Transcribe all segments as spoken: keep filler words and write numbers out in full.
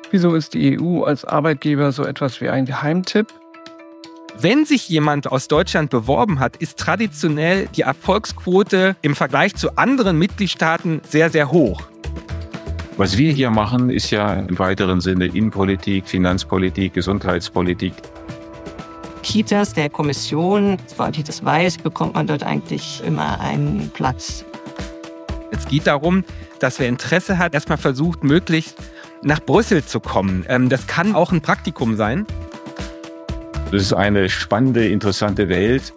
Wieso ist die E U als Arbeitgeber so etwas wie ein Geheimtipp? Wenn sich jemand aus Deutschland beworben hat, ist traditionell die Erfolgsquote im Vergleich zu anderen Mitgliedstaaten sehr, sehr hoch. Was wir hier machen, ist ja im weiteren Sinne Innenpolitik, Finanzpolitik, Gesundheitspolitik. Kitas der Kommission, soweit ich das weiß, bekommt man dort eigentlich immer einen Platz. Es geht darum, dass wer Interesse hat, erstmal versucht, möglichst nach Brüssel zu kommen. Das kann auch ein Praktikum sein. Das ist eine spannende, interessante Welt.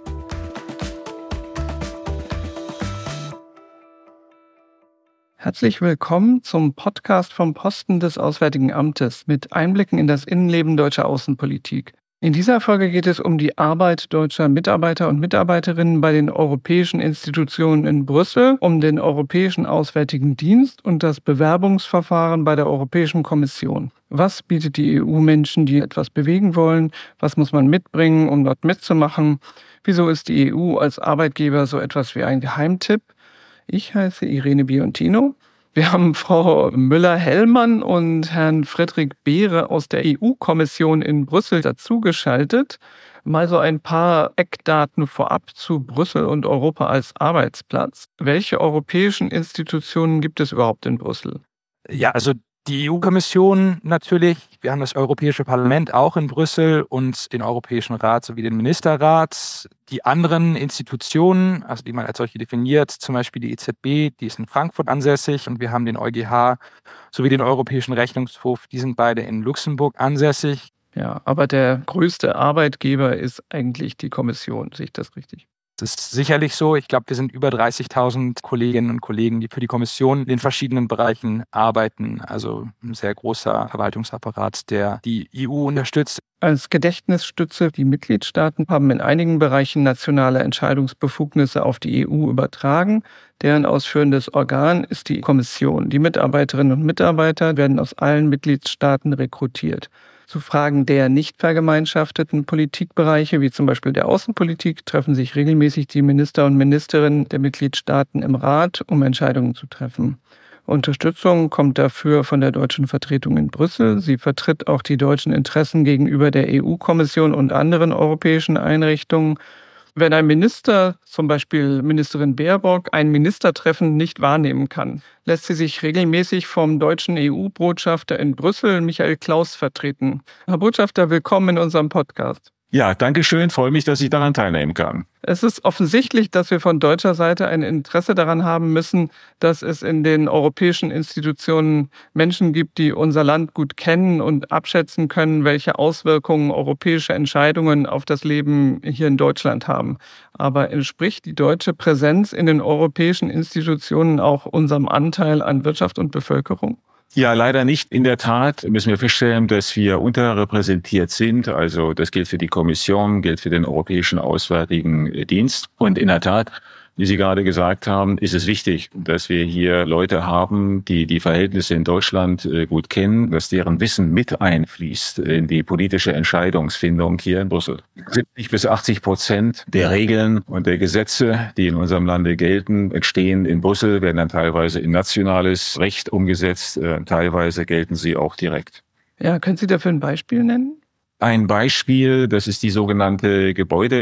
Herzlich willkommen zum Podcast vom Posten des Auswärtigen Amtes mit Einblicken in das Innenleben deutscher Außenpolitik. In dieser Folge geht es um die Arbeit deutscher Mitarbeiter und Mitarbeiterinnen bei den europäischen Institutionen in Brüssel, um den Europäischen Auswärtigen Dienst und das Bewerbungsverfahren bei der Europäischen Kommission. Was bietet die E U Menschen, die etwas bewegen wollen? Was muss man mitbringen, um dort mitzumachen? Wieso ist die E U als Arbeitgeber so etwas wie ein Geheimtipp? Ich heiße Irene Biontino. Wir haben Frau Müller-Hellmann und Herrn Frederik Beere aus der E U-Kommission in Brüssel dazugeschaltet. Mal so ein paar Eckdaten vorab zu Brüssel und Europa als Arbeitsplatz. Welche europäischen Institutionen gibt es überhaupt in Brüssel? Ja, also die E U-Kommission natürlich, wir haben das Europäische Parlament auch in Brüssel und den Europäischen Rat sowie den Ministerrat. Die anderen Institutionen, also die man als solche definiert, zum Beispiel die E Z B, die ist in Frankfurt ansässig und wir haben den EuGH sowie den Europäischen Rechnungshof, die sind beide in Luxemburg ansässig. Ja, aber der größte Arbeitgeber ist eigentlich die Kommission, sehe ich das richtig? Das ist sicherlich so. Ich glaube, wir sind über dreißigtausend Kolleginnen und Kollegen, die für die Kommission in den verschiedenen Bereichen arbeiten. Also ein sehr großer Verwaltungsapparat, der die E U unterstützt. Als Gedächtnisstütze, die Mitgliedstaaten haben in einigen Bereichen nationale Entscheidungsbefugnisse auf die E U übertragen. Deren ausführendes Organ ist die Kommission. Die Mitarbeiterinnen und Mitarbeiter werden aus allen Mitgliedstaaten rekrutiert. Zu Fragen der nicht vergemeinschafteten Politikbereiche, wie zum Beispiel der Außenpolitik, treffen sich regelmäßig die Minister und Ministerinnen der Mitgliedstaaten im Rat, um Entscheidungen zu treffen. Unterstützung kommt dafür von der deutschen Vertretung in Brüssel. Sie vertritt auch die deutschen Interessen gegenüber der E U-Kommission und anderen europäischen Einrichtungen. Wenn ein Minister, zum Beispiel Ministerin Baerbock, ein Ministertreffen nicht wahrnehmen kann, lässt sie sich regelmäßig vom deutschen E U-Botschafter in Brüssel, Michael Klaus, vertreten. Herr Botschafter, willkommen in unserem Podcast. Ja, danke schön. Freue mich, dass ich daran teilnehmen kann. Es ist offensichtlich, dass wir von deutscher Seite ein Interesse daran haben müssen, dass es in den europäischen Institutionen Menschen gibt, die unser Land gut kennen und abschätzen können, welche Auswirkungen europäische Entscheidungen auf das Leben hier in Deutschland haben. Aber entspricht die deutsche Präsenz in den europäischen Institutionen auch unserem Anteil an Wirtschaft und Bevölkerung? Ja, leider nicht. In der Tat müssen wir feststellen, dass wir unterrepräsentiert sind. Also das gilt für die Kommission, gilt für den Europäischen Auswärtigen Dienst. Und in der Tat, wie Sie gerade gesagt haben, ist es wichtig, dass wir hier Leute haben, die die Verhältnisse in Deutschland gut kennen, dass deren Wissen mit einfließt in die politische Entscheidungsfindung hier in Brüssel. siebzig bis achtzig Prozent der Regeln und der Gesetze, die in unserem Lande gelten, entstehen in Brüssel, werden dann teilweise in nationales Recht umgesetzt, teilweise gelten sie auch direkt. Ja, können Sie dafür ein Beispiel nennen? Ein Beispiel, das ist die sogenannte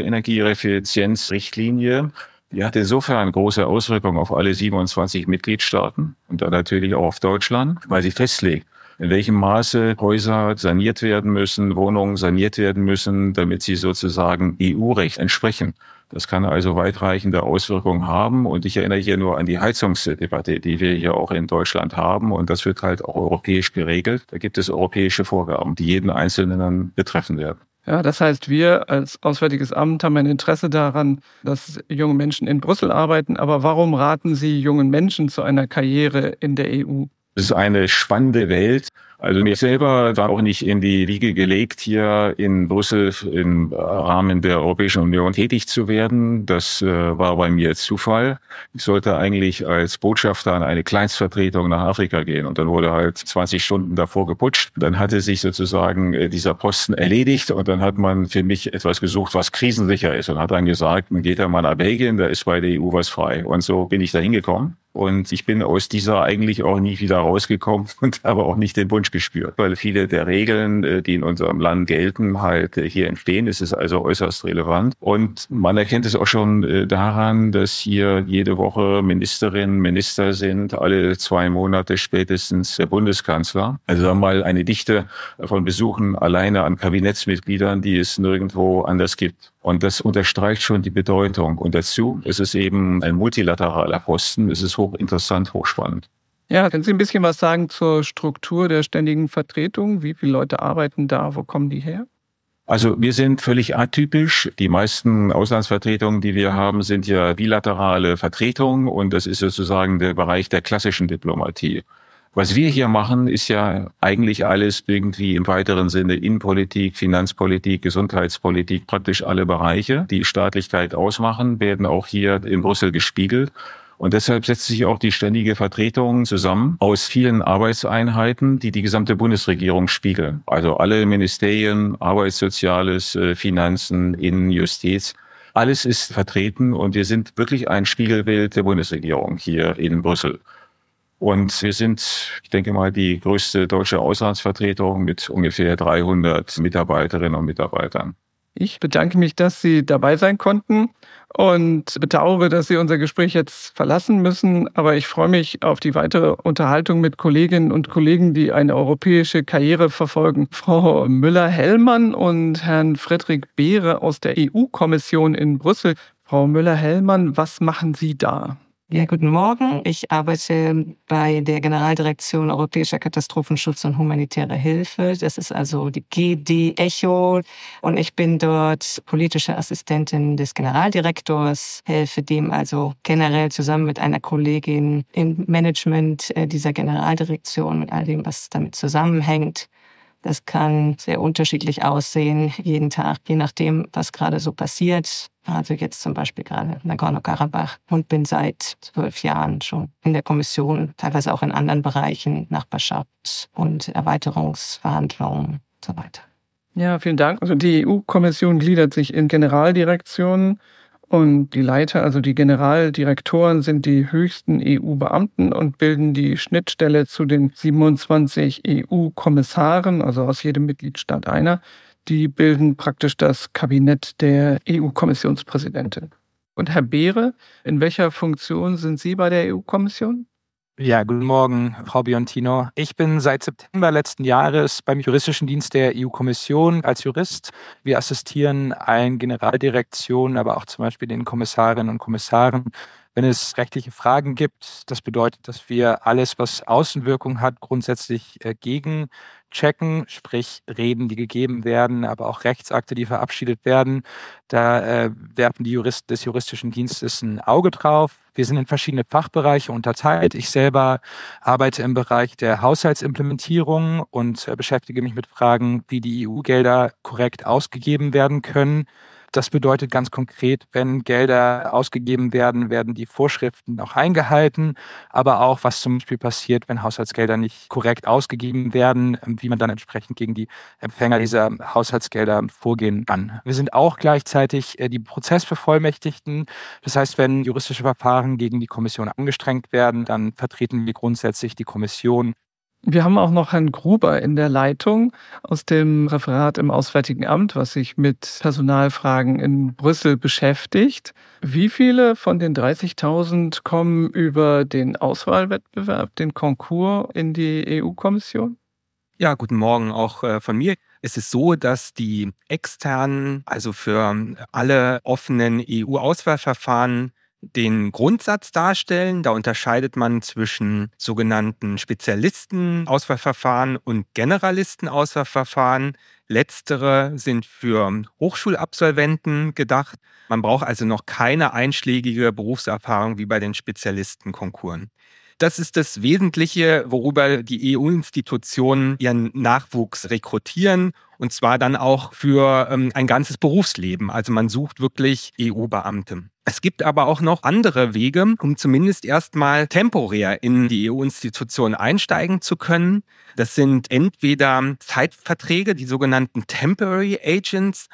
Gebäudeenergieeffizienzrichtlinie. Die hat insofern große Auswirkungen auf alle siebenundzwanzig Mitgliedstaaten und dann natürlich auch auf Deutschland, weil sie festlegt, in welchem Maße Häuser saniert werden müssen, Wohnungen saniert werden müssen, damit sie sozusagen E U-Recht entsprechen. Das kann also weitreichende Auswirkungen haben. Und ich erinnere hier nur an die Heizungsdebatte, die wir hier auch in Deutschland haben. Und das wird halt auch europäisch geregelt. Da gibt es europäische Vorgaben, die jeden Einzelnen dann betreffen werden. Ja, das heißt, wir als Auswärtiges Amt haben ein Interesse daran, dass junge Menschen in Brüssel arbeiten. Aber warum raten Sie jungen Menschen zu einer Karriere in der E U? Es ist eine spannende Welt. Also mir selber war auch nicht in die Wiege gelegt, hier in Brüssel im Rahmen der Europäischen Union tätig zu werden. Das äh, war bei mir Zufall. Ich sollte eigentlich als Botschafter an eine Kleinstvertretung nach Afrika gehen und dann wurde halt zwanzig Stunden davor geputscht. Dann hatte sich sozusagen äh, dieser Posten erledigt und dann hat man für mich etwas gesucht, was krisensicher ist und hat dann gesagt, man geht da mal nach Belgien, da ist bei der E U was frei. Und so bin ich da hingekommen. Und ich bin aus dieser eigentlich auch nie wieder rausgekommen und habe auch nicht den Wunsch gespürt, weil viele der Regeln, die in unserem Land gelten, halt hier entstehen. Es ist also äußerst relevant. Und man erkennt es auch schon daran, dass hier jede Woche Ministerinnen, Minister sind, alle zwei Monate spätestens der Bundeskanzler. Also mal eine Dichte von Besuchen alleine an Kabinettsmitgliedern, die es nirgendwo anders gibt. Und das unterstreicht schon die Bedeutung. Und dazu ist es eben ein multilateraler Posten. Es ist hochinteressant, hochspannend. Ja, können Sie ein bisschen was sagen zur Struktur der ständigen Vertretung? Wie viele Leute arbeiten da? Wo kommen die her? Also wir sind völlig atypisch. Die meisten Auslandsvertretungen, die wir haben, sind ja bilaterale Vertretungen. Und das ist sozusagen der Bereich der klassischen Diplomatie. Was wir hier machen, ist ja eigentlich alles irgendwie im weiteren Sinne Innenpolitik, Finanzpolitik, Gesundheitspolitik, praktisch alle Bereiche, die Staatlichkeit ausmachen, werden auch hier in Brüssel gespiegelt. Und deshalb setzt sich auch die ständige Vertretung zusammen aus vielen Arbeitseinheiten, die die gesamte Bundesregierung spiegeln. Also alle Ministerien, Arbeit, Soziales, Finanzen, Innen, Justiz. Alles ist vertreten und wir sind wirklich ein Spiegelbild der Bundesregierung hier in Brüssel. Und wir sind, ich denke mal, die größte deutsche Auslandsvertretung mit ungefähr dreihundert Mitarbeiterinnen und Mitarbeitern. Ich bedanke mich, dass Sie dabei sein konnten und bedauere, dass Sie unser Gespräch jetzt verlassen müssen. Aber ich freue mich auf die weitere Unterhaltung mit Kolleginnen und Kollegen, die eine europäische Karriere verfolgen. Frau Müller-Hellmann und Herrn Frederik Beere aus der E U-Kommission in Brüssel. Frau Müller-Hellmann, was machen Sie da? Ja, guten Morgen. Ich arbeite bei der Generaldirektion Europäischer Katastrophenschutz und Humanitäre Hilfe. Das ist also die G D ECHO. Und ich bin dort politische Assistentin des Generaldirektors, helfe dem also generell zusammen mit einer Kollegin im Management dieser Generaldirektion, mit all dem, was damit zusammenhängt. Das kann sehr unterschiedlich aussehen, jeden Tag, je nachdem, was gerade so passiert. Also jetzt zum Beispiel gerade Nagorno-Karabach und bin seit zwölf Jahren schon in der Kommission, teilweise auch in anderen Bereichen, Nachbarschaft und Erweiterungsverhandlungen und so weiter. Ja, vielen Dank. Also die E U-Kommission gliedert sich in Generaldirektionen und die Leiter, also die Generaldirektoren, sind die höchsten E U-Beamten und bilden die Schnittstelle zu den siebenundzwanzig E U-Kommissaren, also aus jedem Mitgliedstaat einer. Die bilden praktisch das Kabinett der E U-Kommissionspräsidentin. Und Herr Beere, in welcher Funktion sind Sie bei der E U-Kommission? Ja, guten Morgen, Frau Biontino. Ich bin seit September letzten Jahres beim juristischen Dienst der E U-Kommission als Jurist. Wir assistieren allen Generaldirektionen, aber auch zum Beispiel den Kommissarinnen und Kommissaren, wenn es rechtliche Fragen gibt. Das bedeutet, dass wir alles, was Außenwirkung hat, grundsätzlich äh, gegenchecken, sprich Reden, die gegeben werden, aber auch Rechtsakte, die verabschiedet werden. Da äh, werfen die Juristen des juristischen Dienstes ein Auge drauf. Wir sind in verschiedene Fachbereiche unterteilt. Ich selber arbeite im Bereich der Haushaltsimplementierung und äh, beschäftige mich mit Fragen, wie die E U-Gelder korrekt ausgegeben werden können. Das bedeutet ganz konkret, wenn Gelder ausgegeben werden, werden die Vorschriften auch eingehalten, aber auch, was zum Beispiel passiert, wenn Haushaltsgelder nicht korrekt ausgegeben werden, wie man dann entsprechend gegen die Empfänger dieser Haushaltsgelder vorgehen kann. Wir sind auch gleichzeitig die Prozessbevollmächtigten. Das heißt, wenn juristische Verfahren gegen die Kommission angestrengt werden, dann vertreten wir grundsätzlich die Kommission. Wir haben auch noch Herrn Gruber in der Leitung aus dem Referat im Auswärtigen Amt, was sich mit Personalfragen in Brüssel beschäftigt. Wie viele von den dreißigtausend kommen über den Auswahlwettbewerb, den Konkurs in die E U-Kommission? Ja, guten Morgen auch äh, von mir. Es ist so, dass die externen, also für alle offenen E U-Auswahlverfahren, den Grundsatz darstellen. Da unterscheidet man zwischen sogenannten Spezialisten-Auswahlverfahren und Generalisten-Auswahlverfahren. Letztere sind für Hochschulabsolventen gedacht. Man braucht also noch keine einschlägige Berufserfahrung wie bei den Spezialistenkonkursen. Das ist das Wesentliche, worüber die E U-Institutionen ihren Nachwuchs rekrutieren, und zwar dann auch für ähm, ein ganzes Berufsleben. Also man sucht wirklich E U-Beamte. Es gibt aber auch noch andere Wege, um zumindest erstmal temporär in die E U-Institutionen einsteigen zu können. Das sind entweder Zeitverträge, die sogenannten Temporary Agents,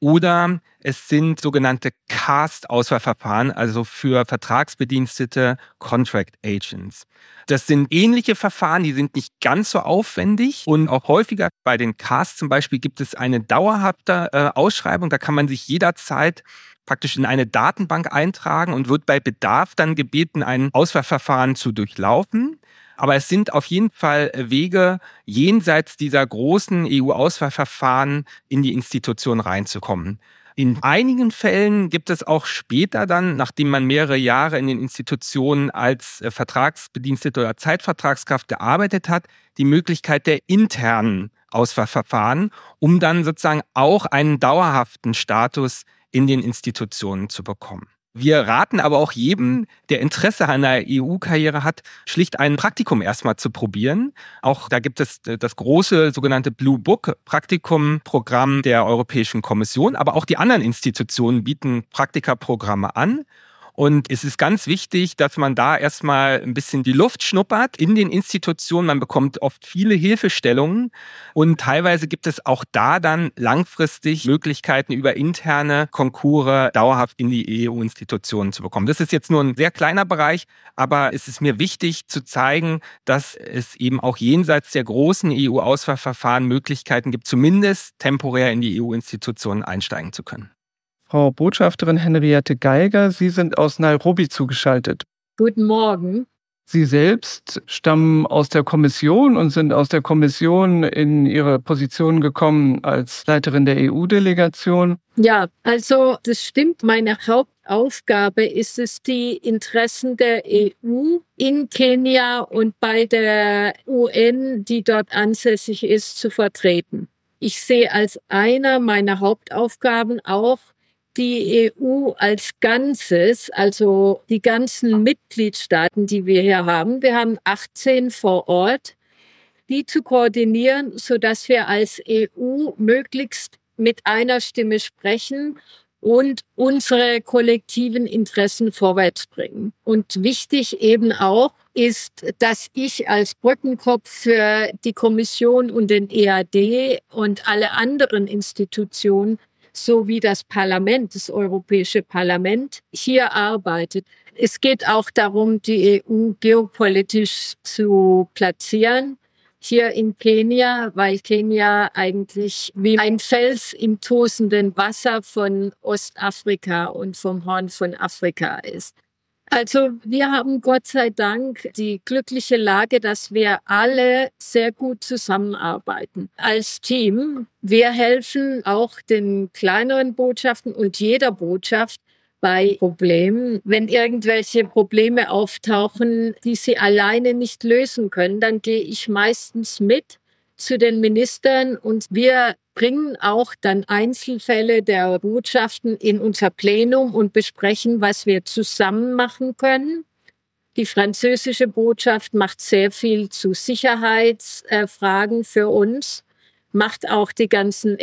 Oder es sind sogenannte C A S T-Auswahlverfahren, also für Vertragsbedienstete, Contract Agents. Das sind ähnliche Verfahren, die sind nicht ganz so aufwendig und auch häufiger. Bei den C A S zum Beispiel gibt es eine dauerhafte äh, Ausschreibung, da kann man sich jederzeit praktisch in eine Datenbank eintragen und wird bei Bedarf dann gebeten, ein Auswahlverfahren zu durchlaufen. Aber es sind auf jeden Fall Wege, jenseits dieser großen E U-Auswahlverfahren in die Institution reinzukommen. In einigen Fällen gibt es auch später dann, nachdem man mehrere Jahre in den Institutionen als Vertragsbedienstete oder Zeitvertragskraft gearbeitet hat, die Möglichkeit der internen Auswahlverfahren, um dann sozusagen auch einen dauerhaften Status in den Institutionen zu bekommen. Wir raten aber auch jedem, der Interesse an einer E U-Karriere hat, schlicht ein Praktikum erstmal zu probieren. Auch da gibt es das große sogenannte Blue Book Praktikumprogramm der Europäischen Kommission, aber auch die anderen Institutionen bieten Praktikaprogramme an. Und es ist ganz wichtig, dass man da erstmal ein bisschen die Luft schnuppert in den Institutionen. Man bekommt oft viele Hilfestellungen und teilweise gibt es auch da dann langfristig Möglichkeiten, über interne Konkurse dauerhaft in die E U-Institutionen zu bekommen. Das ist jetzt nur ein sehr kleiner Bereich, aber es ist mir wichtig zu zeigen, dass es eben auch jenseits der großen E U-Auswahlverfahren Möglichkeiten gibt, zumindest temporär in die E U-Institutionen einsteigen zu können. Frau Botschafterin Henriette Geiger, Sie sind aus Nairobi zugeschaltet. Guten Morgen. Sie selbst stammen aus der Kommission und sind aus der Kommission in Ihre Position gekommen als Leiterin der E U-Delegation. Ja, also das stimmt. Meine Hauptaufgabe ist es, die Interessen der E U in Kenia und bei der U N, die dort ansässig ist, zu vertreten. Ich sehe als einer meiner Hauptaufgaben auch die E U als Ganzes, also die ganzen Mitgliedstaaten, die wir hier haben. Wir haben achtzehn vor Ort, die zu koordinieren, sodass wir als E U möglichst mit einer Stimme sprechen und unsere kollektiven Interessen vorwärts bringen. Und wichtig eben auch ist, dass ich als Brückenkopf für die Kommission und den E A D und alle anderen Institutionen sowie das Parlament, das Europäische Parlament, hier arbeitet. Es geht auch darum, die E U geopolitisch zu platzieren. Hier in Kenia, weil Kenia eigentlich wie ein Fels im tosenden Wasser von Ostafrika und vom Horn von Afrika ist. Also wir haben Gott sei Dank die glückliche Lage, dass wir alle sehr gut zusammenarbeiten als Team. Wir helfen auch den kleineren Botschaften und jeder Botschaft bei Problemen. Wenn irgendwelche Probleme auftauchen, die sie alleine nicht lösen können, dann gehe ich meistens mit zu den Ministern und wir bringen auch dann Einzelfälle der Botschaften in unser Plenum und besprechen, was wir zusammen machen können. Die französische Botschaft macht sehr viel zu Sicherheitsfragen für uns, macht auch die ganzen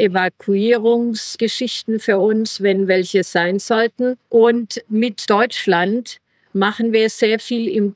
Evakuierungsgeschichten für uns, wenn welche sein sollten. Und mit Deutschland machen wir sehr viel im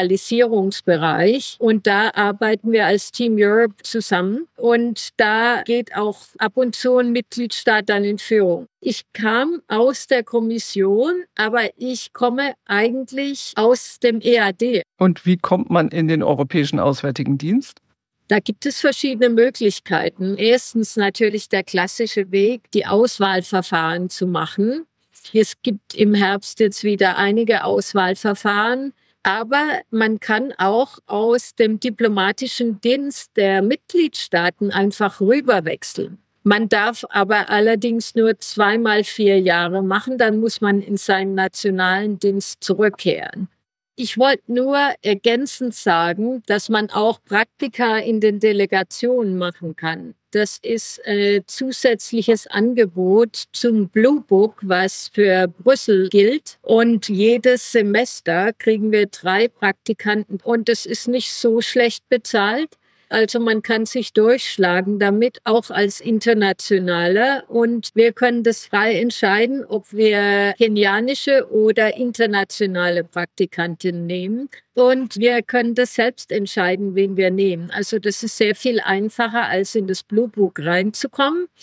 Digitalisierungsbereich und da arbeiten wir als Team Europe zusammen und da geht auch ab und zu ein Mitgliedstaat dann in Führung. Ich kam aus der Kommission, aber ich komme eigentlich aus dem E A D. Und wie kommt man in den Europäischen Auswärtigen Dienst? Da gibt es verschiedene Möglichkeiten. Erstens natürlich der klassische Weg, die Auswahlverfahren zu machen. Es gibt im Herbst jetzt wieder einige Auswahlverfahren, aber man kann auch aus dem diplomatischen Dienst der Mitgliedstaaten einfach rüberwechseln. Man darf aber allerdings nur zweimal vier Jahre machen, dann muss man in seinen nationalen Dienst zurückkehren. Ich wollte nur ergänzend sagen, dass man auch Praktika in den Delegationen machen kann. Das ist ein zusätzliches Angebot zum Blue Book, was für Brüssel gilt. Und jedes Semester kriegen wir drei Praktikanten und es ist nicht so schlecht bezahlt. Also man kann sich durchschlagen damit, auch als Internationaler. Und wir können das frei entscheiden, ob wir kenianische oder internationale Praktikanten nehmen. Und wir können das selbst entscheiden, wen wir nehmen. Also das ist sehr viel einfacher, als in das Blue Book reinzukommen.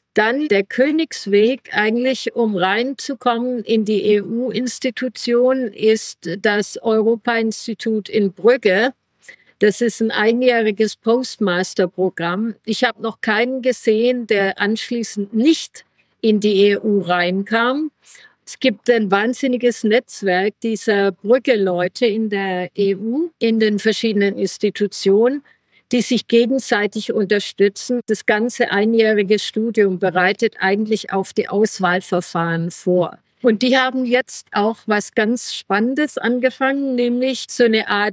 Dann der Königsweg eigentlich, um reinzukommen in die E U-Institution, ist das Europa-Institut in Brügge. Das ist ein einjähriges Postmaster-Programm. Ich habe noch keinen gesehen, der anschließend nicht in die E U reinkam. Es gibt ein wahnsinniges Netzwerk dieser Brügge-Leute in der E U, in den verschiedenen Institutionen, die sich gegenseitig unterstützen. Das ganze einjährige Studium bereitet eigentlich auf die Auswahlverfahren vor. Und die haben jetzt auch was ganz Spannendes angefangen, nämlich so eine Art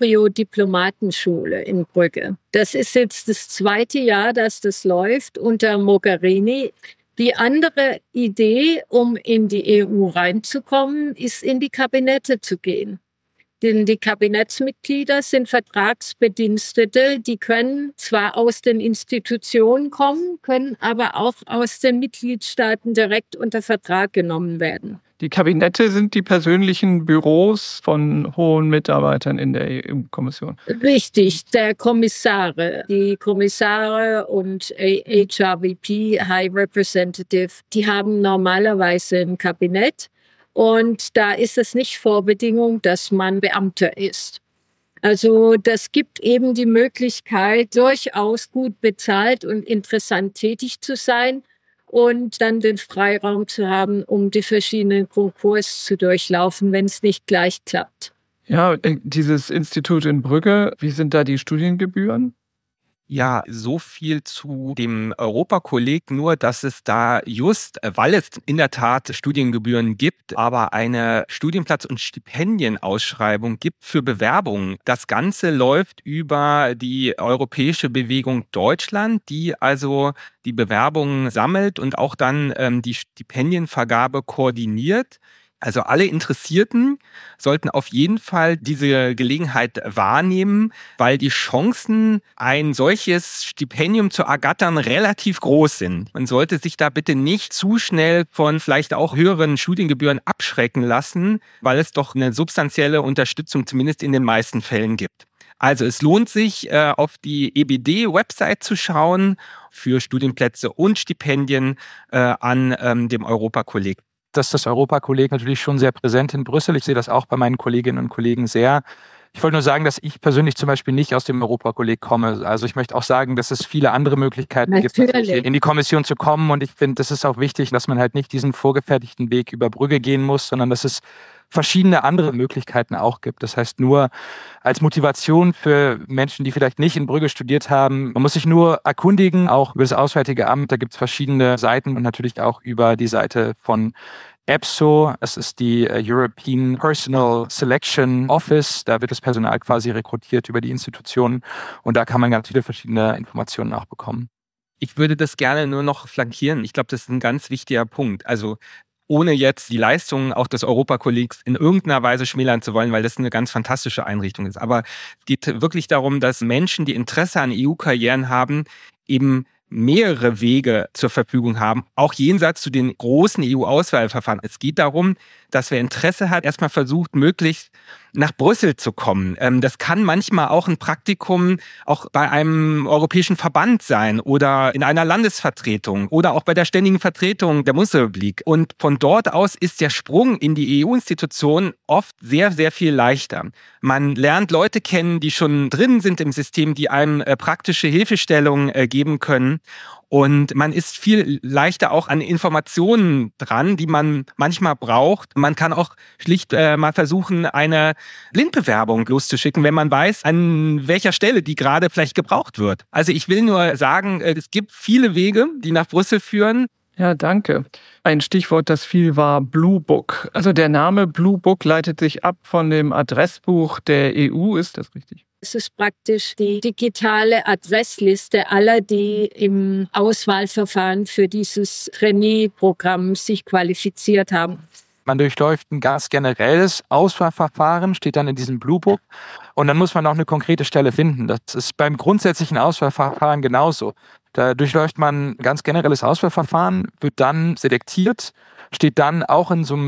Embryo-Diplomatenschule in Brügge. Das ist jetzt das zweite Jahr, dass das läuft unter Mogherini. Die andere Idee, um in die E U reinzukommen, ist, in die Kabinette zu gehen. Denn die Kabinettsmitglieder sind Vertragsbedienstete, die können zwar aus den Institutionen kommen, können aber auch aus den Mitgliedstaaten direkt unter Vertrag genommen werden. Die Kabinette sind die persönlichen Büros von hohen Mitarbeitern in der E U-Kommission. Richtig, der Kommissare, die Kommissare und H R V P, High Representative, die haben normalerweise ein Kabinett. Und da ist es nicht Vorbedingung, dass man Beamter ist. Also das gibt eben die Möglichkeit, durchaus gut bezahlt und interessant tätig zu sein und dann den Freiraum zu haben, um die verschiedenen Konkurse zu durchlaufen, wenn es nicht gleich klappt. Ja, dieses Institut in Brügge, wie sind da die Studiengebühren? Ja, so viel zu dem Europakolleg, nur dass es da just, weil es in der Tat Studiengebühren gibt, aber eine Studienplatz- und Stipendienausschreibung gibt für Bewerbungen. Das Ganze läuft über die Europäische Bewegung Deutschland, die also die Bewerbungen sammelt und auch dann ähm, die Stipendienvergabe koordiniert. Also alle Interessierten sollten auf jeden Fall diese Gelegenheit wahrnehmen, weil die Chancen, ein solches Stipendium zu ergattern, relativ groß sind. Man sollte sich da bitte nicht zu schnell von vielleicht auch höheren Studiengebühren abschrecken lassen, weil es doch eine substanzielle Unterstützung zumindest in den meisten Fällen gibt. Also es lohnt sich, äh, auf die E B D-Website zu schauen für Studienplätze und Stipendien äh, an ähm, dem Europakolleg. Das ist das Europakolleg natürlich schon sehr präsent in Brüssel. Ich sehe das auch bei meinen Kolleginnen und Kollegen sehr. Ich wollte nur sagen, dass ich persönlich zum Beispiel nicht aus dem Europakolleg komme. Also ich möchte auch sagen, dass es viele andere Möglichkeiten Natürlich. gibt, in die Kommission zu kommen. Und ich finde, das ist auch wichtig, dass man halt nicht diesen vorgefertigten Weg über Brügge gehen muss, sondern dass es verschiedene andere Möglichkeiten auch gibt. Das heißt, nur als Motivation für Menschen, die vielleicht nicht in Brügge studiert haben, man muss sich nur erkundigen, auch über das Auswärtige Amt. Da gibt es verschiedene Seiten und natürlich auch über die Seite von E P S O. Das ist die European Personal Selection Office. Da wird das Personal quasi rekrutiert über die Institutionen und da kann man ganz viele verschiedene Informationen auch bekommen. Ich würde das gerne nur noch flankieren. Ich glaube, das ist ein ganz wichtiger Punkt. Also ohne jetzt die Leistungen auch des Europakollegs in irgendeiner Weise schmälern zu wollen, weil das eine ganz fantastische Einrichtung ist. Aber es geht wirklich darum, dass Menschen, die Interesse an E U-Karrieren haben, eben mehrere Wege zur Verfügung haben, auch jenseits zu den großen E U-Auswahlverfahren. Es geht darum, dass wer Interesse hat, erstmal versucht, möglichst nach Brüssel zu kommen. Das kann manchmal auch ein Praktikum auch bei einem europäischen Verband sein oder in einer Landesvertretung oder auch bei der ständigen Vertretung der Bundesrepublik. Und von dort aus ist der Sprung in die E U-Institution oft sehr, sehr viel leichter. Man lernt Leute kennen, die schon drin sind im System, die einem praktische Hilfestellung geben können. Und man ist viel leichter auch an Informationen dran, die man manchmal braucht. Man kann auch schlicht äh, mal versuchen, eine Blindbewerbung loszuschicken, wenn man weiß, an welcher Stelle die gerade vielleicht gebraucht wird. Also ich will nur sagen, es gibt viele Wege, die nach Brüssel führen. Ja, danke. Ein Stichwort, das viel war, Blue Book. Also der Name Blue Book leitet sich ab von dem Adressbuch der E U, ist das richtig? Es ist praktisch die digitale Adressliste aller, die im Auswahlverfahren für dieses Trainee-Programm sich qualifiziert haben. Man durchläuft ein ganz generelles Auswahlverfahren, steht dann in diesem Blue Book. Und dann muss man auch eine konkrete Stelle finden. Das ist beim grundsätzlichen Auswahlverfahren genauso. Da durchläuft man ein ganz generelles Auswahlverfahren, wird dann selektiert, steht dann auch in so einem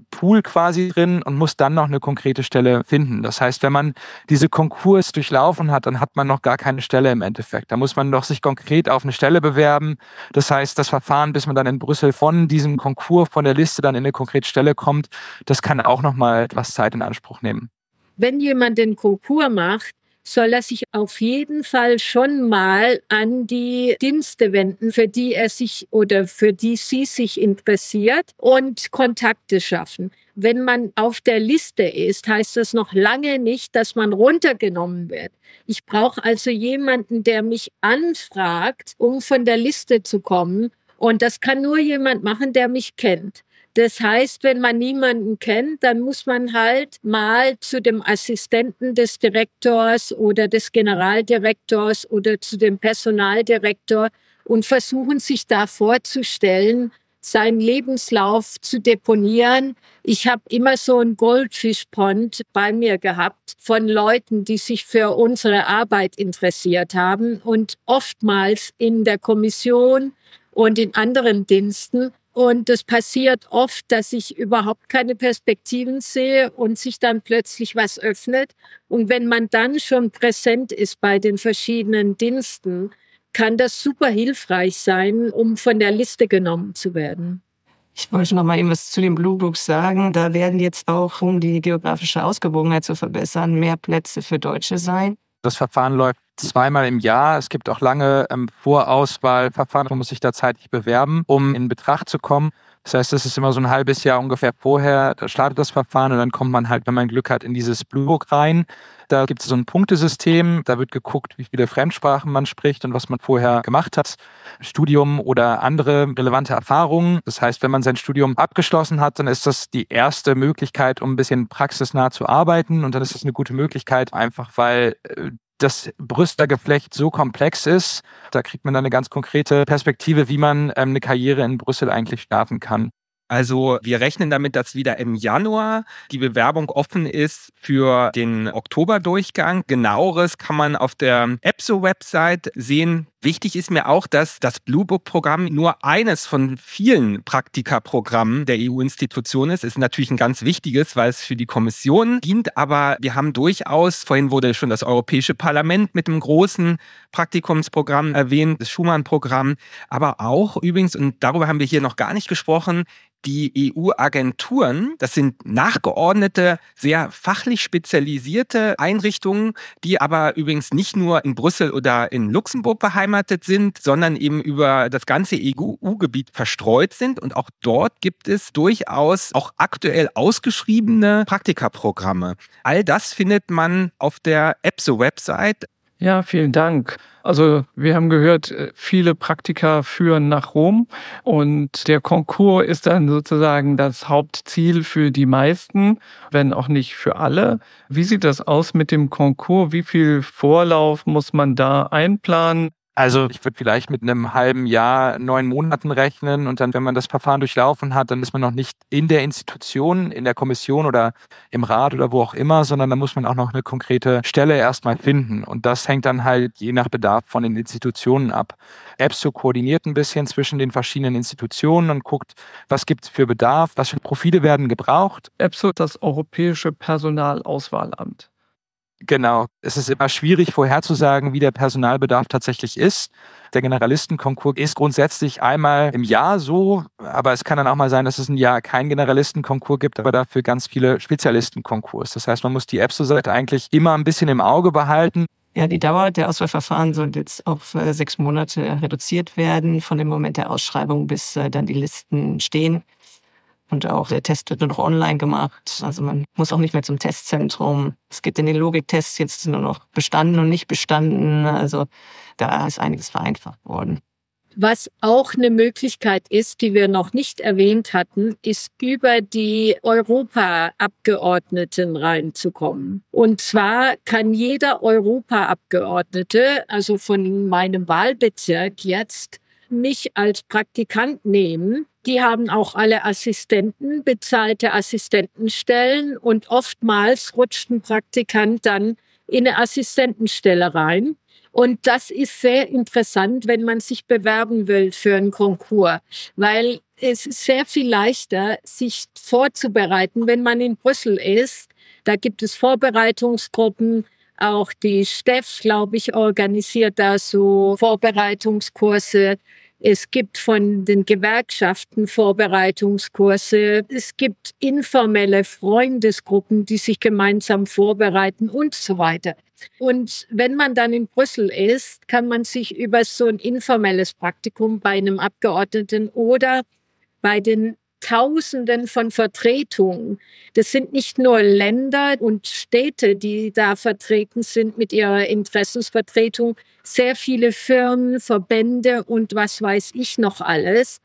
Pool quasi drin und muss dann noch eine konkrete Stelle finden. Das heißt, wenn man diese Konkurs durchlaufen hat, dann hat man noch gar keine Stelle im Endeffekt. Da muss man doch sich konkret auf eine Stelle bewerben. Das heißt, das Verfahren, bis man dann in Brüssel von diesem Konkurs, von der Liste dann in eine konkrete Stelle kommt, das kann auch noch mal etwas Zeit in Anspruch nehmen. Wenn jemand den Konkurs macht, soll er sich auf jeden Fall schon mal an die Dienste wenden, für die er sich oder für die sie sich interessiert und Kontakte schaffen. Wenn man auf der Liste ist, heißt das noch lange nicht, dass man runtergenommen wird. Ich brauche also jemanden, der mich anfragt, um von der Liste zu kommen. Und das kann nur jemand machen, der mich kennt. Das heißt, wenn man niemanden kennt, dann muss man halt mal zu dem Assistenten des Direktors oder des Generaldirektors oder zu dem Personaldirektor und versuchen, sich da vorzustellen, seinen Lebenslauf zu deponieren. Ich habe immer so einen Goldfischpond bei mir gehabt von Leuten, die sich für unsere Arbeit interessiert haben und oftmals in der Kommission und in anderen Diensten. Und es passiert oft, dass ich überhaupt keine Perspektiven sehe und sich dann plötzlich was öffnet. Und wenn man dann schon präsent ist bei den verschiedenen Diensten, kann das super hilfreich sein, um von der Liste genommen zu werden. Ich wollte noch mal eben was zu den Blue Books sagen. Da werden jetzt auch, um die geografische Ausgewogenheit zu verbessern, mehr Plätze für Deutsche sein. Das Verfahren läuft zweimal im Jahr. Es gibt auch lange ähm, Vorauswahlverfahren. Man muss sich da zeitlich bewerben, um in Betracht zu kommen. Das heißt, das ist immer so ein halbes Jahr ungefähr vorher. Da startet das Verfahren und dann kommt man halt, wenn man Glück hat, in dieses Blue Book rein. Da gibt es so ein Punktesystem. Da wird geguckt, wie viele Fremdsprachen man spricht und was man vorher gemacht hat. Studium oder andere relevante Erfahrungen. Das heißt, wenn man sein Studium abgeschlossen hat, dann ist das die erste Möglichkeit, um ein bisschen praxisnah zu arbeiten. Und dann ist das eine gute Möglichkeit, einfach weil äh, das Brüsseler Geflecht so komplex ist, da kriegt man dann eine ganz konkrete Perspektive, wie man ähm, eine Karriere in Brüssel eigentlich starten kann. Also wir rechnen damit, dass wieder im Januar die Bewerbung offen ist für den Oktoberdurchgang. Genaueres kann man auf der E P S O-Website sehen. Wichtig ist mir auch, dass das Blue Book-Programm nur eines von vielen Praktikaprogrammen der E U-Institutionen ist. Ist natürlich ein ganz wichtiges, weil es für die Kommission dient. Aber wir haben durchaus, vorhin wurde schon das Europäische Parlament mit dem großen Praktikumsprogramm erwähnt, das Schumann-Programm. Aber auch übrigens, und darüber haben wir hier noch gar nicht gesprochen, die E U-Agenturen, das sind nachgeordnete, sehr fachlich spezialisierte Einrichtungen, die aber übrigens nicht nur in Brüssel oder in Luxemburg beheimatet sind, sondern eben über das ganze E U-Gebiet verstreut sind. Und auch dort gibt es durchaus auch aktuell ausgeschriebene Praktikaprogramme. All das findet man auf der E P S O-Website. Ja, vielen Dank. Also wir haben gehört, viele Praktika führen nach Rom und der Konkurs ist dann sozusagen das Hauptziel für die meisten, wenn auch nicht für alle. Wie sieht das aus mit dem Konkurs? Wie viel Vorlauf muss man da einplanen? Also ich würde vielleicht mit einem halben Jahr, neun Monaten rechnen und dann, wenn man das Verfahren durchlaufen hat, dann ist man noch nicht in der Institution, in der Kommission oder im Rat oder wo auch immer, sondern dann muss man auch noch eine konkrete Stelle erstmal finden. Und das hängt dann halt je nach Bedarf von den Institutionen ab. E P S O koordiniert ein bisschen zwischen den verschiedenen Institutionen und guckt, was gibt es für Bedarf, was für Profile werden gebraucht. E P S O, das Europäische Personalauswahlamt. Genau. Es ist immer schwierig vorherzusagen, wie der Personalbedarf tatsächlich ist. Der Generalistenkonkurs ist grundsätzlich einmal im Jahr so, aber es kann dann auch mal sein, dass es ein Jahr keinen Generalistenkonkurs gibt, aber dafür ganz viele Spezialistenkonkurs. Das heißt, man muss die E P S O-Seite eigentlich immer ein bisschen im Auge behalten. Ja, die Dauer der Auswahlverfahren soll jetzt auf äh, sechs Monate reduziert werden, von dem Moment der Ausschreibung bis äh, dann die Listen stehen. Und auch der Test wird nur noch online gemacht. Also man muss auch nicht mehr zum Testzentrum. Es gibt in den Logiktests jetzt nur noch bestanden und nicht bestanden. Also da ist einiges vereinfacht worden. Was auch eine Möglichkeit ist, die wir noch nicht erwähnt hatten, ist über die Europaabgeordneten reinzukommen. Und zwar kann jeder Europaabgeordnete, also von meinem Wahlbezirk jetzt, mich als Praktikant nehmen. Die haben auch alle Assistenten, bezahlte Assistentenstellen und oftmals rutscht ein Praktikant dann in eine Assistentenstelle rein. Und das ist sehr interessant, wenn man sich bewerben will für einen Konkurs, weil es ist sehr viel leichter, sich vorzubereiten, wenn man in Brüssel ist. Da gibt es Vorbereitungsgruppen. Auch die Steff, glaube ich, organisiert da so Vorbereitungskurse. Es gibt von den Gewerkschaften Vorbereitungskurse. Es gibt informelle Freundesgruppen, die sich gemeinsam vorbereiten und so weiter. Und wenn man dann in Brüssel ist, kann man sich über so ein informelles Praktikum bei einem Abgeordneten oder bei den Tausenden von Vertretungen. Das sind nicht nur Länder und Städte, die da vertreten sind mit ihrer Interessensvertretung, sehr viele Firmen, Verbände und was weiß ich noch alles.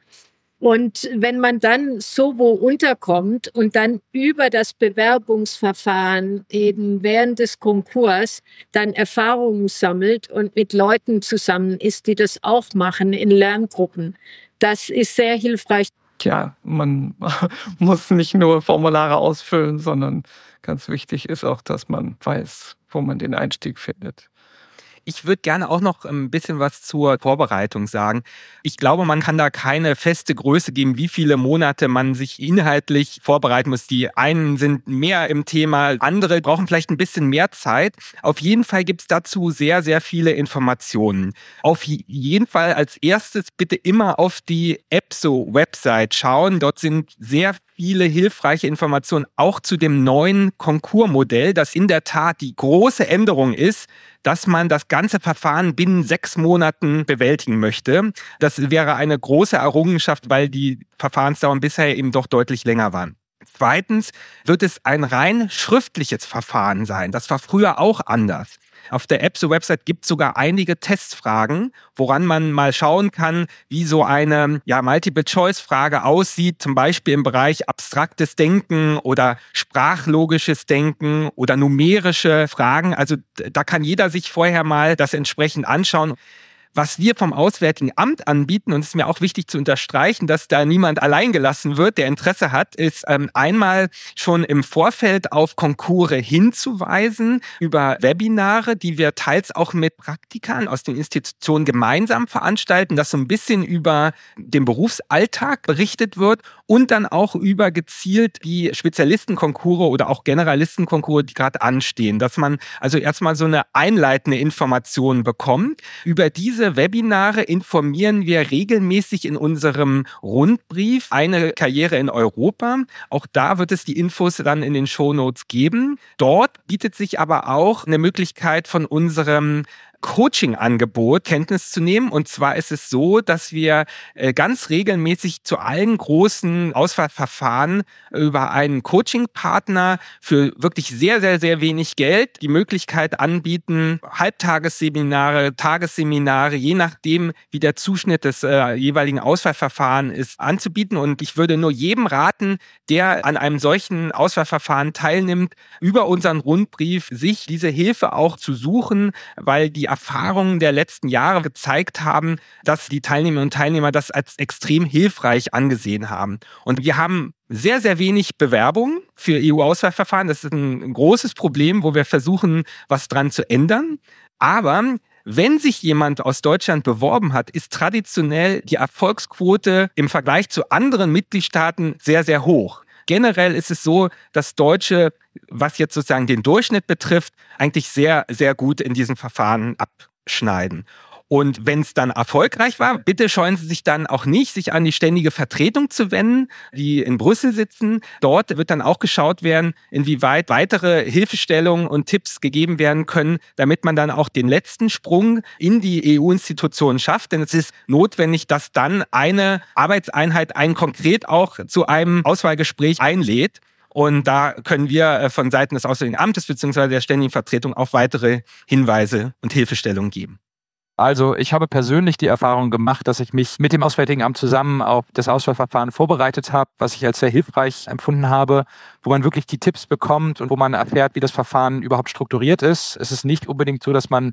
Und wenn man dann so wo unterkommt und dann über das Bewerbungsverfahren eben während des Konkurs dann Erfahrungen sammelt und mit Leuten zusammen ist, die das auch machen in Lerngruppen, das ist sehr hilfreich. Tja, man muss nicht nur Formulare ausfüllen, sondern ganz wichtig ist auch, dass man weiß, wo man den Einstieg findet. Ich würde gerne auch noch ein bisschen was zur Vorbereitung sagen. Ich glaube, man kann da keine feste Größe geben, wie viele Monate man sich inhaltlich vorbereiten muss. Die einen sind mehr im Thema, andere brauchen vielleicht ein bisschen mehr Zeit. Auf jeden Fall gibt es dazu sehr, sehr viele Informationen. Auf jeden Fall als erstes bitte immer auf die E P S O-Website schauen. Dort sind sehr viele hilfreiche Informationen, auch zu dem neuen Konkursmodell, das in der Tat die große Änderung ist, dass man das ganze Verfahren binnen sechs Monaten bewältigen möchte. Das wäre eine große Errungenschaft, weil die Verfahrensdauern bisher eben doch deutlich länger waren. Zweitens wird es ein rein schriftliches Verfahren sein. Das war früher auch anders. Auf der E P S O-Website gibt es sogar einige Testfragen, woran man mal schauen kann, wie so eine ja, Multiple-Choice-Frage aussieht, zum Beispiel im Bereich abstraktes Denken oder sprachlogisches Denken oder numerische Fragen. Also da kann jeder sich vorher mal das entsprechend anschauen. Was wir vom Auswärtigen Amt anbieten, und es ist mir auch wichtig zu unterstreichen, dass da niemand allein gelassen wird, der Interesse hat, ist ähm, einmal schon im Vorfeld auf Konkurse hinzuweisen über Webinare, die wir teils auch mit Praktikern aus den Institutionen gemeinsam veranstalten, dass so ein bisschen über den Berufsalltag berichtet wird und dann auch über gezielt die Spezialistenkonkurse oder auch Generalistenkonkurse, die gerade anstehen, dass man also erstmal so eine einleitende Information bekommt. Über diese Webinare informieren wir regelmäßig in unserem Rundbrief Eine Karriere in Europa. Auch da wird es die Infos dann in den Shownotes geben. Dort bietet sich aber auch eine Möglichkeit von unserem Coaching-Angebot Kenntnis zu nehmen. Und zwar ist es so, dass wir ganz regelmäßig zu allen großen Auswahlverfahren über einen Coaching-Partner für wirklich sehr, sehr, sehr wenig Geld die Möglichkeit anbieten, Halbtagesseminare, Tagesseminare, je nachdem, wie der Zuschnitt des äh, jeweiligen Auswahlverfahrens ist, anzubieten. Und ich würde nur jedem raten, der an einem solchen Auswahlverfahren teilnimmt, über unseren Rundbrief sich diese Hilfe auch zu suchen, weil die Erfahrungen der letzten Jahre gezeigt haben, dass die Teilnehmerinnen und Teilnehmer das als extrem hilfreich angesehen haben. Und wir haben sehr, sehr wenig Bewerbungen für E U-Auswahlverfahren. Das ist ein großes Problem, wo wir versuchen, was dran zu ändern. Aber wenn sich jemand aus Deutschland beworben hat, ist traditionell die Erfolgsquote im Vergleich zu anderen Mitgliedstaaten sehr, sehr hoch. Generell ist es so, dass Deutsche, was jetzt sozusagen den Durchschnitt betrifft, eigentlich sehr, sehr gut in diesen Verfahren abschneiden. Und wenn es dann erfolgreich war, bitte scheuen Sie sich dann auch nicht, sich an die ständige Vertretung zu wenden, die in Brüssel sitzen. Dort wird dann auch geschaut werden, inwieweit weitere Hilfestellungen und Tipps gegeben werden können, damit man dann auch den letzten Sprung in die E U-Institutionen schafft. Denn es ist notwendig, dass dann eine Arbeitseinheit einen konkret auch zu einem Auswahlgespräch einlädt. Und da können wir von Seiten des Auswärtigen Amtes bzw. der ständigen Vertretung auch weitere Hinweise und Hilfestellungen geben. Also ich habe persönlich die Erfahrung gemacht, dass ich mich mit dem Auswärtigen Amt zusammen auf das Auswahlverfahren vorbereitet habe, was ich als sehr hilfreich empfunden habe, wo man wirklich die Tipps bekommt und wo man erfährt, wie das Verfahren überhaupt strukturiert ist. Es ist nicht unbedingt so, dass man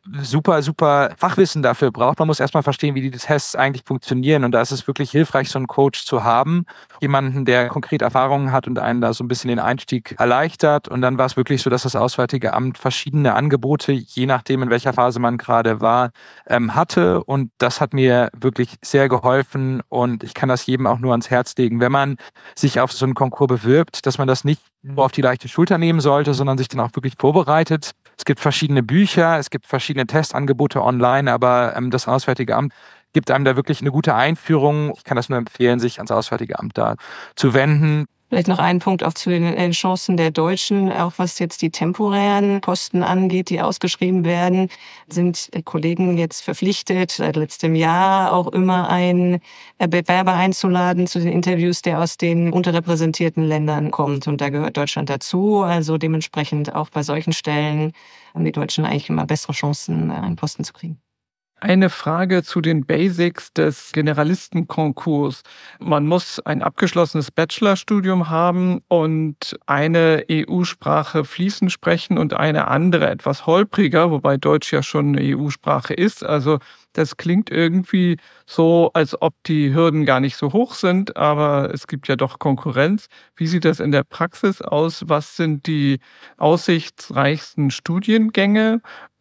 super, super Fachwissen dafür braucht. Man muss erstmal verstehen, wie die Tests eigentlich funktionieren. Und da ist es wirklich hilfreich, so einen Coach zu haben. Jemanden, der konkret Erfahrungen hat und einen da so ein bisschen den Einstieg erleichtert. Und dann war es wirklich so, dass das Auswärtige Amt verschiedene Angebote, je nachdem, in welcher Phase man gerade war, ähm, hatte. Und das hat mir wirklich sehr geholfen. Und ich kann das jedem auch nur ans Herz legen, wenn man sich auf so einen Konkurs bewirbt, dass man das nicht nur auf die leichte Schulter nehmen sollte, sondern sich dann auch wirklich vorbereitet. Es gibt verschiedene Bücher, es gibt verschiedene Testangebote online, aber ähm, das Auswärtige Amt gibt einem da wirklich eine gute Einführung. Ich kann das nur empfehlen, sich ans Auswärtige Amt da zu wenden. Vielleicht noch einen Punkt auch zu den Chancen der Deutschen, auch was jetzt die temporären Posten angeht, die ausgeschrieben werden, sind Kollegen jetzt verpflichtet, seit letztem Jahr auch immer einen Bewerber einzuladen zu den Interviews, der aus den unterrepräsentierten Ländern kommt. Und da gehört Deutschland dazu. Also dementsprechend auch bei solchen Stellen haben die Deutschen eigentlich immer bessere Chancen, einen Posten zu kriegen. Eine Frage zu den Basics des Generalistenkonkurs. Man muss ein abgeschlossenes Bachelorstudium haben und eine E U-Sprache fließend sprechen und eine andere etwas holpriger, wobei Deutsch ja schon eine E U-Sprache ist. Also das klingt irgendwie so, als ob die Hürden gar nicht so hoch sind, aber es gibt ja doch Konkurrenz. Wie sieht das in der Praxis aus? Was sind die aussichtsreichsten Studiengänge?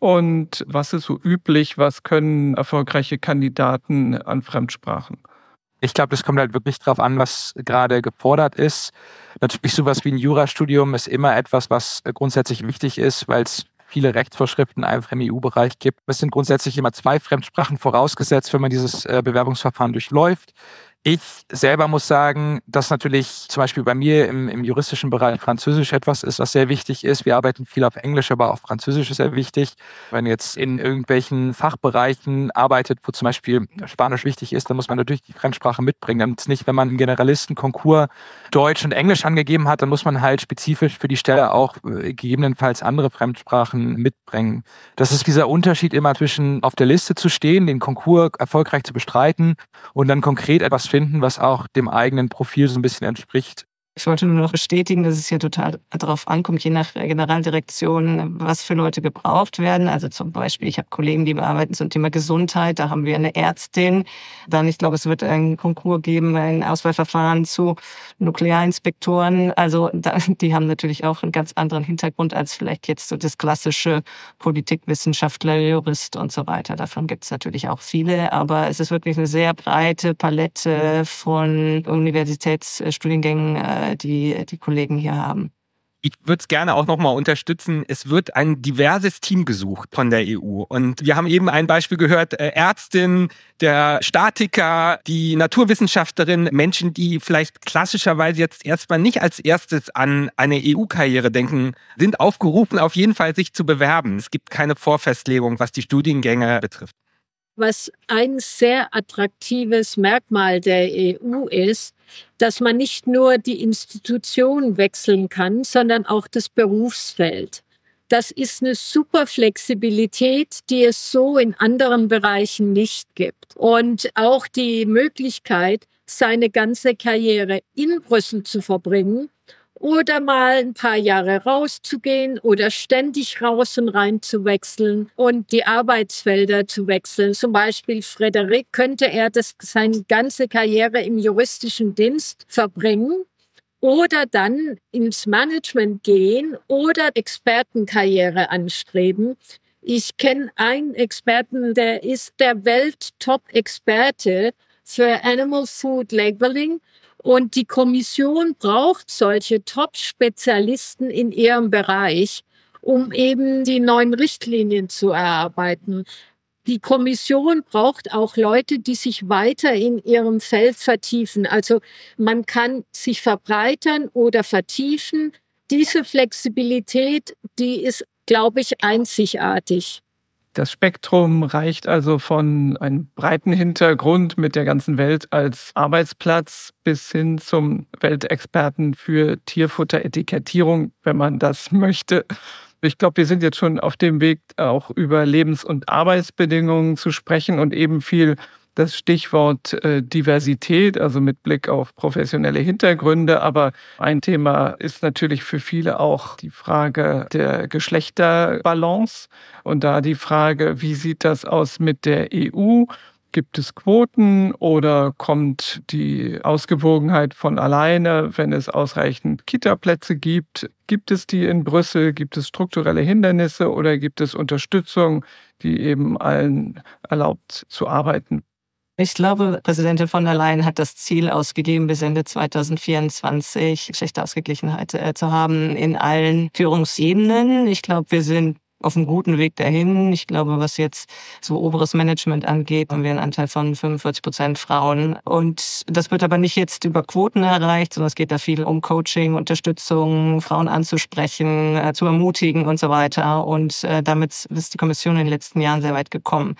Und was ist so üblich? Was können erfolgreiche Kandidaten an Fremdsprachen? Ich glaube, das kommt halt wirklich drauf an, was gerade gefordert ist. Natürlich sowas wie ein Jurastudium ist immer etwas, was grundsätzlich wichtig ist, weil es viele Rechtsvorschriften einfach im E U-Bereich gibt. Es sind grundsätzlich immer zwei Fremdsprachen vorausgesetzt, wenn man dieses Bewerbungsverfahren durchläuft. Ich selber muss sagen, dass natürlich zum Beispiel bei mir im, im juristischen Bereich Französisch etwas ist, was sehr wichtig ist. Wir arbeiten viel auf Englisch, aber auch Französisch ist sehr wichtig. Wenn jetzt in irgendwelchen Fachbereichen arbeitet, wo zum Beispiel Spanisch wichtig ist, dann muss man natürlich die Fremdsprache mitbringen. Dann ist nicht, wenn man im Generalistenkonkurs Deutsch und Englisch angegeben hat, dann muss man halt spezifisch für die Stelle auch äh, gegebenenfalls andere Fremdsprachen mitbringen. Das ist dieser Unterschied immer zwischen auf der Liste zu stehen, den Konkurs erfolgreich zu bestreiten und dann konkret etwas finden, was auch dem eigenen Profil so ein bisschen entspricht. Ich wollte nur noch bestätigen, dass es hier total darauf ankommt, je nach Generaldirektion, was für Leute gebraucht werden. Also zum Beispiel, ich habe Kollegen, die bearbeiten zum Thema Gesundheit, da haben wir eine Ärztin. Dann, ich glaube, es wird einen Konkurs geben, ein Auswahlverfahren zu Nuklearinspektoren. Also die haben natürlich auch einen ganz anderen Hintergrund als vielleicht jetzt so das klassische Politikwissenschaftler, Jurist und so weiter. Davon gibt es natürlich auch viele, aber es ist wirklich eine sehr breite Palette von Universitätsstudiengängen, die die Kollegen hier haben. Ich würde es gerne auch nochmal unterstützen. Es wird ein diverses Team gesucht von der E U. Und wir haben eben ein Beispiel gehört, Ärztin, der Statiker, die Naturwissenschaftlerin, Menschen, die vielleicht klassischerweise jetzt erstmal nicht als erstes an eine E U-Karriere denken, sind aufgerufen, auf jeden Fall sich zu bewerben. Es gibt keine Vorfestlegung, was die Studiengänge betrifft. Was ein sehr attraktives Merkmal der E U ist, dass man nicht nur die Institution wechseln kann, sondern auch das Berufsfeld. Das ist eine super Flexibilität, die es so in anderen Bereichen nicht gibt. Und auch die Möglichkeit, seine ganze Karriere in Brüssel zu verbringen, oder mal ein paar Jahre rauszugehen oder ständig raus und rein zu wechseln und die Arbeitsfelder zu wechseln. Zum Beispiel Frederik könnte er das, seine ganze Karriere im juristischen Dienst verbringen oder dann ins Management gehen oder Expertenkarriere anstreben. Ich kenne einen Experten, der ist der Welt-Top-Experte für Animal Food Labeling. Und die Kommission braucht solche Top-Spezialisten in ihrem Bereich, um eben die neuen Richtlinien zu erarbeiten. Die Kommission braucht auch Leute, die sich weiter in ihrem Feld vertiefen. Also man kann sich verbreitern oder vertiefen. Diese Flexibilität, die ist, glaube ich, einzigartig. Das Spektrum reicht also von einem breiten Hintergrund mit der ganzen Welt als Arbeitsplatz bis hin zum Weltexperten für Tierfutteretikettierung, wenn man das möchte. Ich glaube, wir sind jetzt schon auf dem Weg, auch über Lebens- und Arbeitsbedingungen zu sprechen und eben viel das Stichwort äh, Diversität, also mit Blick auf professionelle Hintergründe. Aber ein Thema ist natürlich für viele auch die Frage der Geschlechterbalance. Und da die Frage, wie sieht das aus mit der E U? Gibt es Quoten oder kommt die Ausgewogenheit von alleine, wenn es ausreichend Kita-Plätze gibt? Gibt es die in Brüssel? Gibt es strukturelle Hindernisse oder gibt es Unterstützung, die eben allen erlaubt zu arbeiten? Ich glaube, Präsidentin von der Leyen hat das Ziel ausgegeben, bis Ende zweitausendvierundzwanzig Geschlechterausgeglichenheit äh, zu haben in allen Führungsebenen. Ich glaube, wir sind auf einem guten Weg dahin. Ich glaube, was jetzt so oberes Management angeht, haben wir einen Anteil von fünfundvierzig Prozent Frauen. Und das wird aber nicht jetzt über Quoten erreicht, sondern es geht da viel um Coaching, Unterstützung, Frauen anzusprechen, äh, zu ermutigen und so weiter. Und äh, damit ist die Kommission in den letzten Jahren sehr weit gekommen.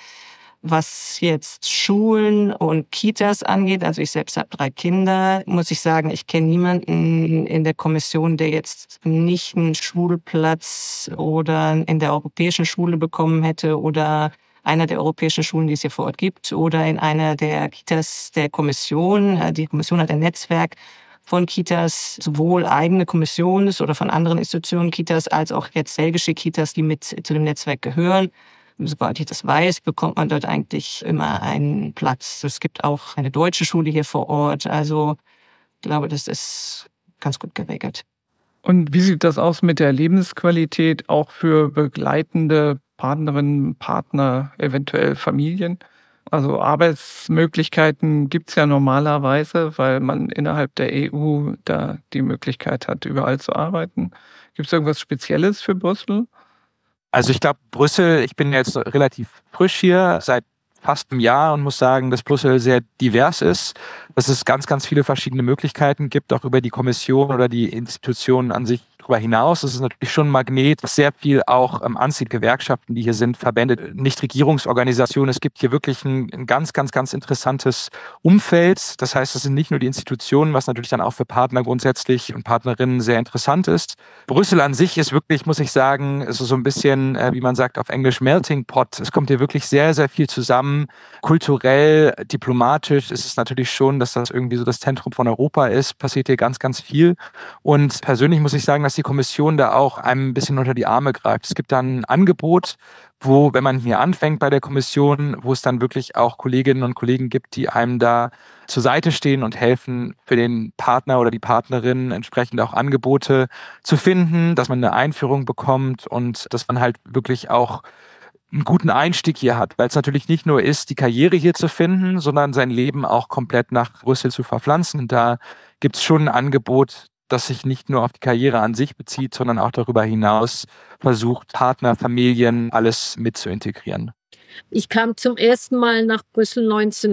Was jetzt Schulen und Kitas angeht, also ich selbst habe drei Kinder, muss ich sagen, ich kenne niemanden in der Kommission, der jetzt nicht einen Schulplatz oder in der europäischen Schule bekommen hätte oder einer der europäischen Schulen, die es hier vor Ort gibt, oder in einer der Kitas der Kommission. Die Kommission hat ein Netzwerk von Kitas, sowohl eigene Kommissions- oder von anderen Institutionen Kitas, als auch jetzt belgische Kitas, die mit zu dem Netzwerk gehören. Sobald ich das weiß, bekommt man dort eigentlich immer einen Platz. Es gibt auch eine deutsche Schule hier vor Ort. Also ich glaube, das ist ganz gut geregelt. Und wie sieht das aus mit der Lebensqualität auch für begleitende Partnerinnen, Partner, eventuell Familien? Also Arbeitsmöglichkeiten gibt es ja normalerweise, weil man innerhalb der E U da die Möglichkeit hat, überall zu arbeiten. Gibt es irgendwas Spezielles für Brüssel? Also ich glaube, Brüssel, ich bin jetzt relativ frisch hier, seit fast einem Jahr und muss sagen, dass Brüssel sehr divers ist, dass es ganz, ganz viele verschiedene Möglichkeiten gibt, auch über die Kommission oder die Institutionen an sich darüber hinaus. Das ist natürlich schon ein Magnet, was sehr viel auch ähm, anzieht. Gewerkschaften, die hier sind, Verbände, Nichtregierungsorganisationen. Es gibt hier wirklich ein, ein ganz, ganz, ganz interessantes Umfeld. Das heißt, es sind nicht nur die Institutionen, was natürlich dann auch für Partner grundsätzlich und Partnerinnen sehr interessant ist. Brüssel an sich ist wirklich, muss ich sagen, ist so ein bisschen, äh, wie man sagt auf Englisch, Melting Pot. Es kommt hier wirklich sehr, sehr viel zusammen. Kulturell, diplomatisch ist es natürlich schon, dass das irgendwie so das Zentrum von Europa ist. Passiert hier ganz, ganz viel. Und persönlich muss ich sagen, dass die Kommission da auch einem ein bisschen unter die Arme greift. Es gibt dann ein Angebot, wo, wenn man hier anfängt bei der Kommission, wo es dann wirklich auch Kolleginnen und Kollegen gibt, die einem da zur Seite stehen und helfen, für den Partner oder die Partnerin entsprechend auch Angebote zu finden, dass man eine Einführung bekommt und dass man halt wirklich auch einen guten Einstieg hier hat, weil es natürlich nicht nur ist, die Karriere hier zu finden, sondern sein Leben auch komplett nach Brüssel zu verpflanzen. Und da gibt es schon ein Angebot, das sich nicht nur auf die Karriere an sich bezieht, sondern auch darüber hinaus versucht, Partner, Familien, alles mit zu integrieren. Ich kam zum ersten Mal nach Brüssel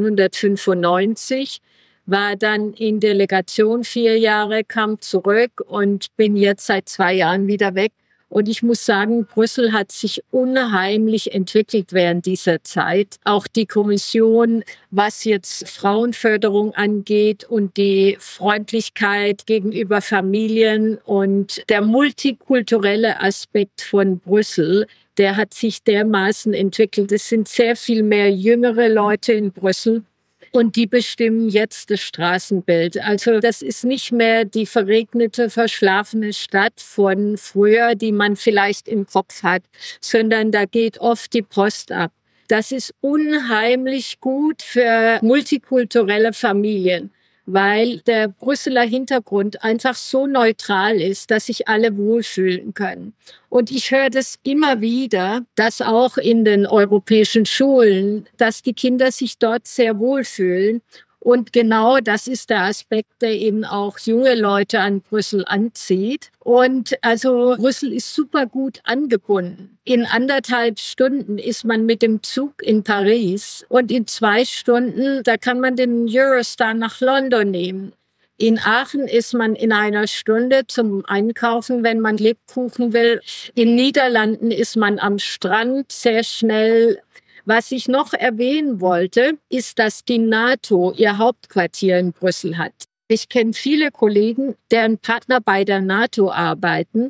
neunzehnhundertfünfundneunzig, war dann in Delegation vier Jahre, kam zurück und bin jetzt seit zwei Jahren wieder weg. Und ich muss sagen, Brüssel hat sich unheimlich entwickelt während dieser Zeit. Auch die Kommission, was jetzt Frauenförderung angeht und die Freundlichkeit gegenüber Familien und der multikulturelle Aspekt von Brüssel, der hat sich dermaßen entwickelt. Es sind sehr viel mehr jüngere Leute in Brüssel. Und die bestimmen jetzt das Straßenbild. Also das ist nicht mehr die verregnete, verschlafene Stadt von früher, die man vielleicht im Kopf hat, sondern da geht oft die Post ab. Das ist unheimlich gut für multikulturelle Familien, weil der Brüsseler Hintergrund einfach so neutral ist, dass sich alle wohlfühlen können. Und ich höre das immer wieder, dass auch in den europäischen Schulen, dass die Kinder sich dort sehr wohlfühlen. Und genau das ist der Aspekt, der eben auch junge Leute an Brüssel anzieht. Und also Brüssel ist super gut angebunden. In anderthalb Stunden ist man mit dem Zug in Paris und in zwei Stunden, da kann man den Eurostar nach London nehmen. In Aachen ist man in einer Stunde zum Einkaufen, wenn man Lebkuchen will. In Niederlanden ist man am Strand sehr schnell. Was ich noch erwähnen wollte, ist, dass die NATO ihr Hauptquartier in Brüssel hat. Ich kenne viele Kollegen, deren Partner bei der NATO arbeiten.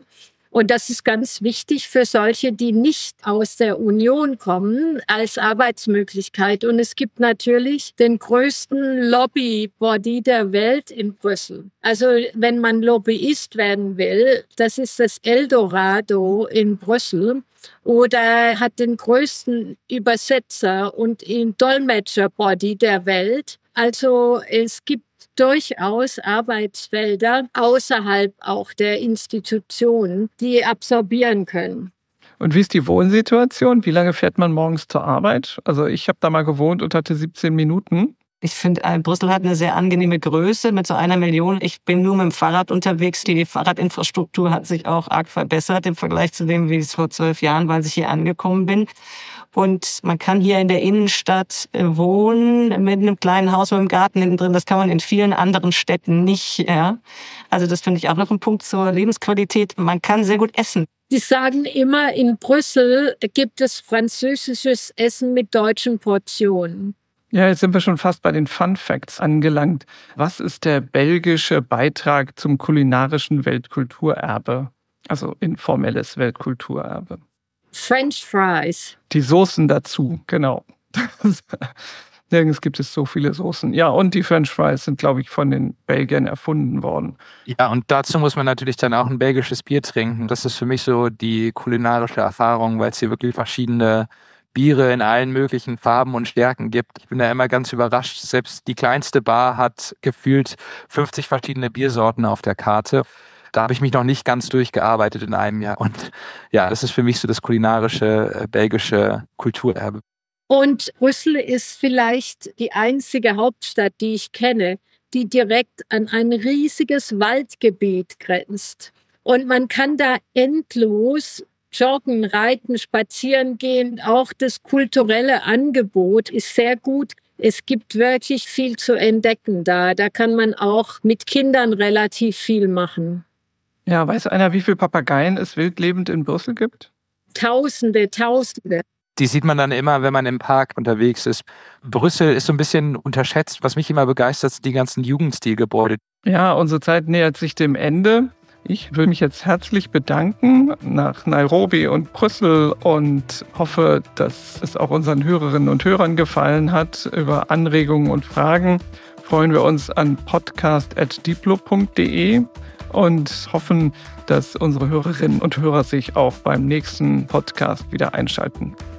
Und das ist ganz wichtig für solche, die nicht aus der Union kommen, als Arbeitsmöglichkeit. Und es gibt natürlich den größten Lobbybody der Welt in Brüssel. Also wenn man Lobbyist werden will, das ist das Eldorado in Brüssel. Oder hat den größten Übersetzer und den Dolmetscherbody der Welt. Also es gibt durchaus Arbeitsfelder außerhalb auch der Institutionen, die absorbieren können. Und wie ist die Wohnsituation? Wie lange fährt man morgens zur Arbeit? Also ich habe da mal gewohnt und hatte siebzehn Minuten. Ich finde, Brüssel hat eine sehr angenehme Größe mit so einer Million. Ich bin nur mit dem Fahrrad unterwegs. Die Fahrradinfrastruktur hat sich auch arg verbessert im Vergleich zu dem, wie es vor zwölf Jahren war, als ich hier angekommen bin. Und man kann hier in der Innenstadt wohnen mit einem kleinen Haus mit einem Garten hinten drin. Das kann man in vielen anderen Städten nicht. Ja. Also das finde ich auch noch ein Punkt zur Lebensqualität. Man kann sehr gut essen. Die sagen immer, in Brüssel gibt es französisches Essen mit deutschen Portionen. Ja, jetzt sind wir schon fast bei den Fun Facts angelangt. Was ist der belgische Beitrag zum kulinarischen Weltkulturerbe? Also informelles Weltkulturerbe. French Fries. Die Soßen dazu, genau. Nirgends gibt es so viele Soßen. Ja, und die French Fries sind, glaube ich, von den Belgiern erfunden worden. Ja, und dazu muss man natürlich dann auch ein belgisches Bier trinken. Das ist für mich so die kulinarische Erfahrung, weil es hier wirklich verschiedene Biere in allen möglichen Farben und Stärken gibt. Ich bin da immer ganz überrascht. Selbst die kleinste Bar hat gefühlt fünfzig verschiedene Biersorten auf der Karte. Da habe ich mich noch nicht ganz durchgearbeitet in einem Jahr. Und ja, das ist für mich so das kulinarische, äh, belgische Kulturerbe. Und Brüssel ist vielleicht die einzige Hauptstadt, die ich kenne, die direkt an ein riesiges Waldgebiet grenzt. Und man kann da endlos joggen, reiten, spazieren gehen. Auch das kulturelle Angebot ist sehr gut. Es gibt wirklich viel zu entdecken da. Da kann man auch mit Kindern relativ viel machen. Ja, weiß einer, wie viele Papageien es wildlebend in Brüssel gibt? Tausende, Tausende. Die sieht man dann immer, wenn man im Park unterwegs ist. Brüssel ist so ein bisschen unterschätzt. Was mich immer begeistert, sind die ganzen Jugendstilgebäude. Ja, unsere Zeit nähert sich dem Ende. Ich will mich jetzt herzlich bedanken nach Nairobi und Brüssel und hoffe, dass es auch unseren Hörerinnen und Hörern gefallen hat. Über Anregungen und Fragen freuen wir uns an podcast at diplo punkt de und hoffen, dass unsere Hörerinnen und Hörer sich auch beim nächsten Podcast wieder einschalten.